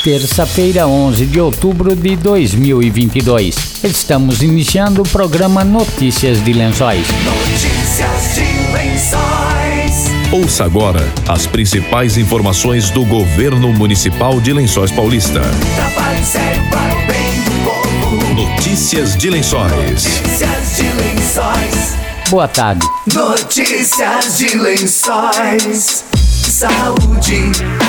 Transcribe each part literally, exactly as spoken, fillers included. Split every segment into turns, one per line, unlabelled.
terça-feira, onze de outubro de dois mil e vinte e dois. Estamos iniciando o programa Notícias de Lençóis.
Notícias de Lençóis.
Ouça agora as principais informações do governo municipal de Lençóis Paulista.
Trabalho sério para o bem do povo.
Notícias de Lençóis.
Notícias de Lençóis.
Boa tarde.
Notícias de Lençóis. Saúde.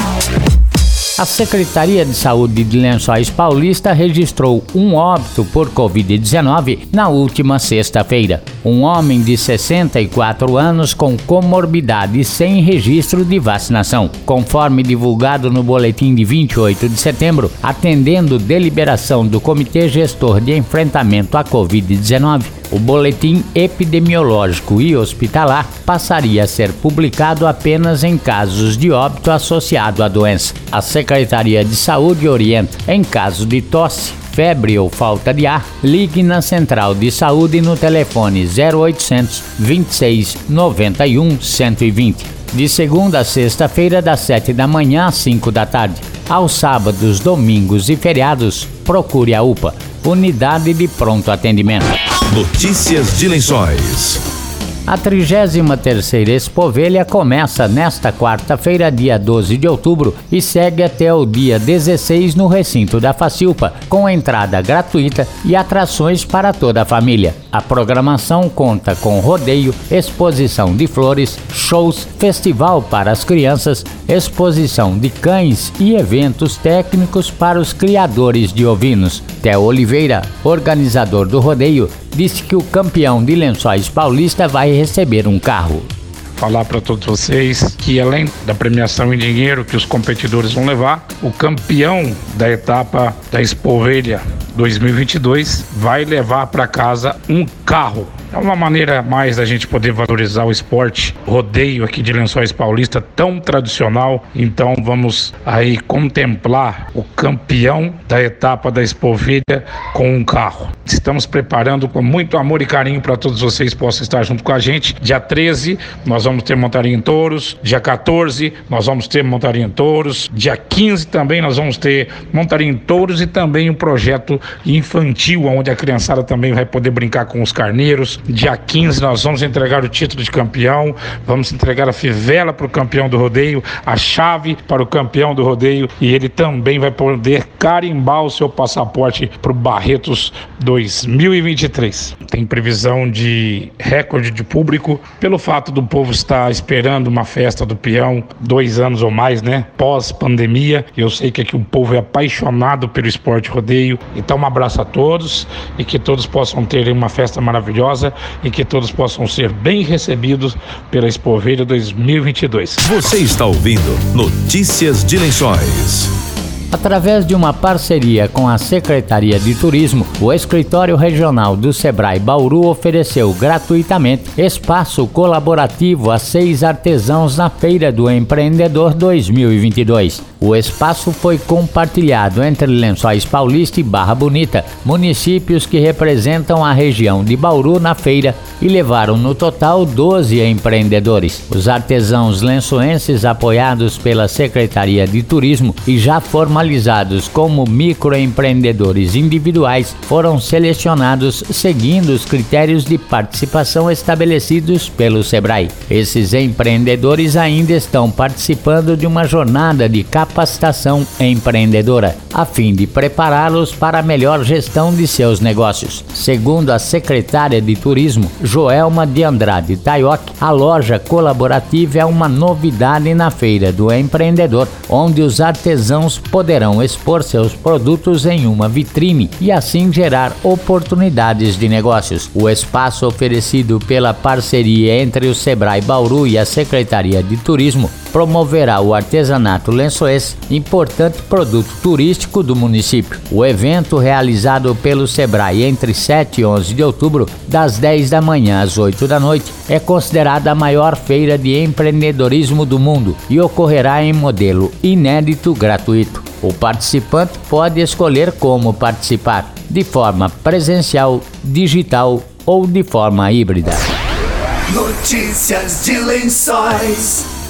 A Secretaria de Saúde de Lençóis Paulista registrou um óbito por covid dezenove na última sexta-feira. Um homem de sessenta e quatro anos com comorbidade sem registro de vacinação, conforme divulgado no boletim de vinte e oito de setembro, atendendo deliberação do Comitê Gestor de Enfrentamento à covid dezenove. O boletim epidemiológico e hospitalar passaria a ser publicado apenas em casos de óbito associado à doença. A Secretaria de Saúde orienta, em caso de tosse, febre ou falta de ar, ligue na Central de Saúde no telefone zero oitocentos, vinte e seis, noventa e um, cento e vinte. De segunda a sexta-feira, das sete da manhã às cinco da tarde. Aos sábados, domingos e feriados, procure a U P A, Unidade de Pronto Atendimento.
Notícias de Lençóis.
A trigésima terceira Expovelha começa nesta quarta-feira, dia doze de outubro, e segue até o dia dezesseis no recinto da Facilpa, com entrada gratuita e atrações para toda a família. A programação conta com rodeio, exposição de flores, shows, festival para as crianças, exposição de cães e eventos técnicos para os criadores de ovinos. Theo Oliveira, organizador do rodeio, disse que o campeão de Lençóis Paulista vai receber um carro.
Falar para todos vocês que, além da premiação em dinheiro que os competidores vão levar, o campeão da etapa da Expovelha dois mil e vinte e dois vai levar para casa um carro. É uma maneira mais da gente poder valorizar o esporte rodeio aqui de Lençóis Paulista, tão tradicional. Então vamos aí contemplar o campeão da etapa da Expovelha com um carro. Estamos preparando com muito amor e carinho para todos vocês possam estar junto com a gente. Dia treze nós vamos ter montaria em touros, dia quatorze nós vamos ter montaria em touros, dia quinze também nós vamos ter montaria em touros e também um projeto infantil onde a criançada também vai poder brincar com os carneiros. Dia quinze nós vamos entregar o título de campeão, vamos entregar a fivela para o campeão do rodeio, a chave para o campeão do rodeio, e ele também vai poder carimbar o seu passaporte para o Barretos dois mil e vinte e três. Tem previsão de recorde de público pelo fato do povo estar esperando uma festa do peão dois anos ou mais, né? Pós-pandemia. Eu sei que aqui o povo é apaixonado pelo esporte rodeio. Então um abraço a todos e que todos possam ter uma festa maravilhosa e que todos possam ser bem recebidos pela Expovelha dois mil e vinte e dois.
Você está ouvindo Notícias de Lençóis.
Através de uma parceria com a Secretaria de Turismo, o Escritório Regional do Sebrae Bauru ofereceu gratuitamente espaço colaborativo a seis artesãos na Feira do Empreendedor dois mil e vinte e dois. O espaço foi compartilhado entre Lençóis Paulista e Barra Bonita, municípios que representam a região de Bauru na feira, e levaram no total doze empreendedores. Os artesãos lençoenses, apoiados pela Secretaria de Turismo e já formalizados como microempreendedores individuais, foram selecionados seguindo os critérios de participação estabelecidos pelo Sebrae. Esses empreendedores ainda estão participando de uma jornada de capacitação empreendedora, a fim de prepará-los para a melhor gestão de seus negócios. Segundo a secretária de Turismo, Joelma de Andrade Taioc, a loja colaborativa é uma novidade na Feira do Empreendedor, onde os artesãos poderão expor seus produtos em uma vitrine e assim gerar oportunidades de negócios. O espaço oferecido pela parceria entre o Sebrae Bauru e a Secretaria de Turismo promoverá o artesanato lençoense, importante produto turístico do município. O evento, realizado pelo Sebrae entre sete e onze de outubro, das dez da manhã às oito da noite, é considerada a maior feira de empreendedorismo do mundo e ocorrerá em modelo inédito gratuito. O participante pode escolher como participar, de forma presencial, digital ou de forma híbrida.
Notícias de Lençóis.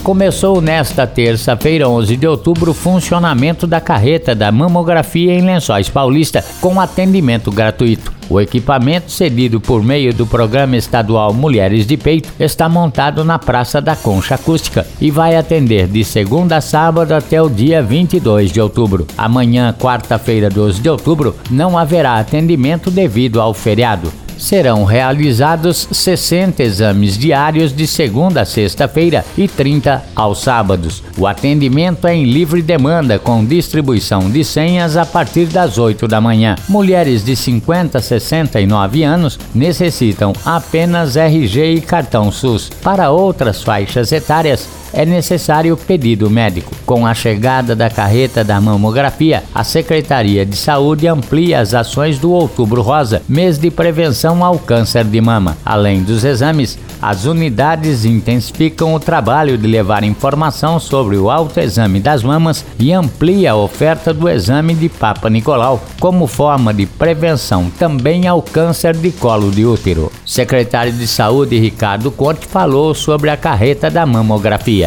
Começou nesta terça-feira, onze de outubro, o funcionamento da carreta da mamografia em Lençóis Paulista, com atendimento gratuito. O equipamento, cedido por meio do Programa Estadual Mulheres de Peito, está montado na Praça da Concha Acústica e vai atender de segunda a sábado até o dia vinte e dois de outubro. Amanhã, quarta-feira, doze de outubro, não haverá atendimento devido ao feriado. Serão realizados sessenta exames diários de segunda a sexta-feira e trinta aos sábados. O atendimento é em livre demanda, com distribuição de senhas a partir das oito da manhã. Mulheres de cinquenta a sessenta e nove anos necessitam apenas R G e cartão SUS. Para outras faixas etárias, é necessário pedido médico. Com a chegada da carreta da mamografia, a Secretaria de Saúde amplia as ações do Outubro Rosa, mês de prevenção ao câncer de mama. Além dos exames, as unidades intensificam o trabalho de levar informação sobre o autoexame das mamas e amplia a oferta do exame de Papa Nicolau, como forma de prevenção também ao câncer de colo de útero. O secretário de Saúde, Ricardo Conte, falou sobre a carreta da mamografia.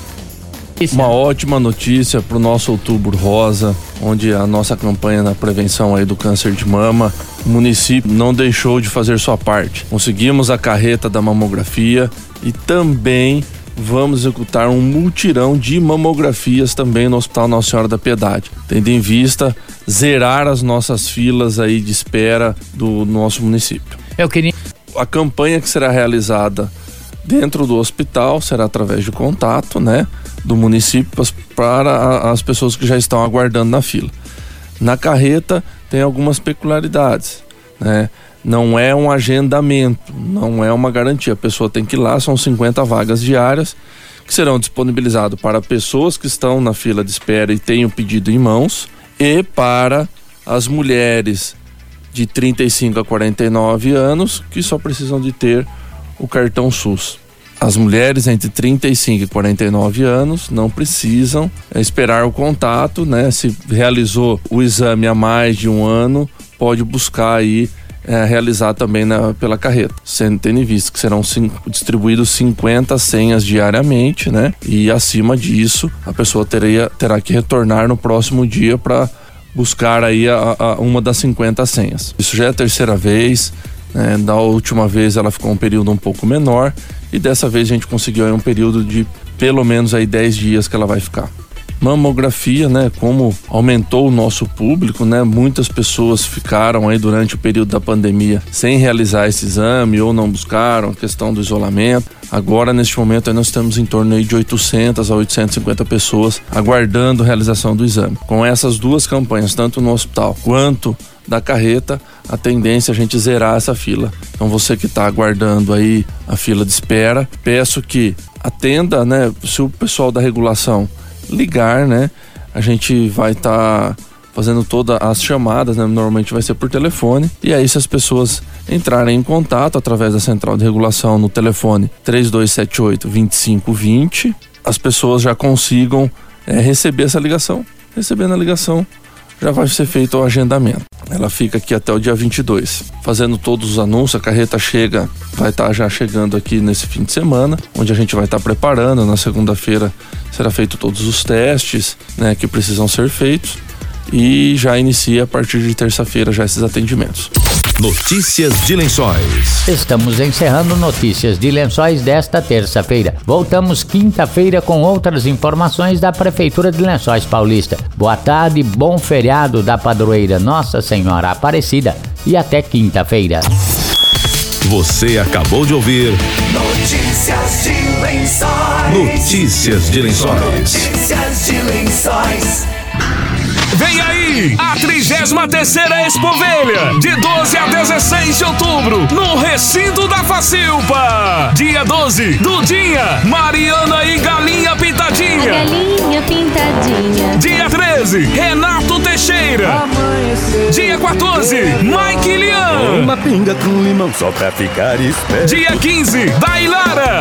Uma ótima notícia para o nosso Outubro Rosa, onde a nossa campanha na prevenção aí do câncer de mama, o município não deixou de fazer sua parte. Conseguimos a carreta da mamografia e também vamos executar um mutirão de mamografias também no Hospital Nossa Senhora da Piedade, tendo em vista zerar as nossas filas aí de espera do nosso município.
Eu queria...
A campanha que será realizada dentro do hospital será através de contato, né, do município para as pessoas que já estão aguardando na fila. Na carreta tem algumas peculiaridades, né? Não é um agendamento, não é uma garantia. A pessoa tem que ir lá, são cinquenta vagas diárias que serão disponibilizadas para pessoas que estão na fila de espera e têm o pedido em mãos, e para as mulheres de trinta e cinco a quarenta e nove anos que só precisam de ter o cartão SUS. As mulheres entre trinta e cinco e quarenta e nove anos não precisam esperar o contato, né? Se realizou o exame há mais de um ano, pode buscar aí é, realizar também na, pela carreta, sendo tendo em vista que serão cinco, distribuídos cinquenta senhas diariamente, né? E acima disso, a pessoa teria, terá que retornar no próximo dia para buscar aí a, a, uma das cinquenta senhas. Isso já é a terceira vez. É, da última vez ela ficou um período um pouco menor e dessa vez a gente conseguiu aí um período de pelo menos aí dez dias que ela vai ficar. Mamografia, né, como aumentou o nosso público, né, muitas pessoas ficaram aí durante o período da pandemia sem realizar esse exame ou não buscaram, a questão do isolamento. Agora, neste momento, aí nós temos em torno aí de oitocentas a oitocentas e cinquenta pessoas aguardando a realização do exame. Com essas duas campanhas, tanto no hospital quanto da carreta, a tendência é a gente zerar essa fila. Então você que está aguardando aí a fila de espera, peço que atenda, né? Se o pessoal da regulação ligar, né? A gente vai estar tá fazendo todas as chamadas, né? Normalmente vai ser por telefone, e aí se as pessoas entrarem em contato através da central de regulação no telefone três dois sete oito, dois cinco dois zero, as pessoas já consigam é, receber essa ligação. Recebendo a ligação, já vai ser feito o agendamento. Ela fica aqui até o dia vinte e dois, fazendo todos os anúncios. A carreta chega, vai estar tá já chegando aqui nesse fim de semana, onde a gente vai estar tá preparando. Na segunda-feira será feito todos os testes, né, que precisam ser feitos, e já inicia a partir de terça-feira já esses atendimentos.
Notícias de Lençóis.
Estamos encerrando Notícias de Lençóis desta terça-feira. Voltamos quinta-feira com outras informações da Prefeitura de Lençóis Paulista. Boa tarde, bom feriado da padroeira Nossa Senhora Aparecida e até quinta-feira.
Você acabou de ouvir
Notícias de Lençóis.
Notícias de Lençóis.
Notícias de Lençóis.
Vem aí, a trigésima terceira Expovelha, de doze a dezesseis de outubro, no recinto da Facilpa. Dia doze, Dudinha, Mariana e Galinha Pintadinha.
A galinha pintadinha.
Dia treze, Renato Teixeira.
Amanhecer.
Dia quatorze, Mike Lian.
Uma pinga com limão só pra ficar esperto.
Dia quinze, Dailara.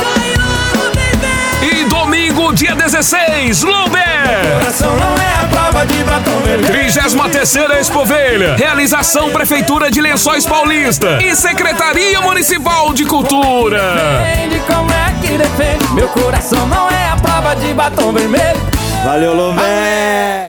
E domingo, dia dezesseis, Loubert.
Coração não é a prova de batom vermelho.
trigésima trigésima terceira Expovelha. Realização Prefeitura de Lençóis Paulista e Secretaria Municipal de Cultura.
Depende como é que defende. Meu coração não é a prova de batom vermelho.
Valeu, Lomé!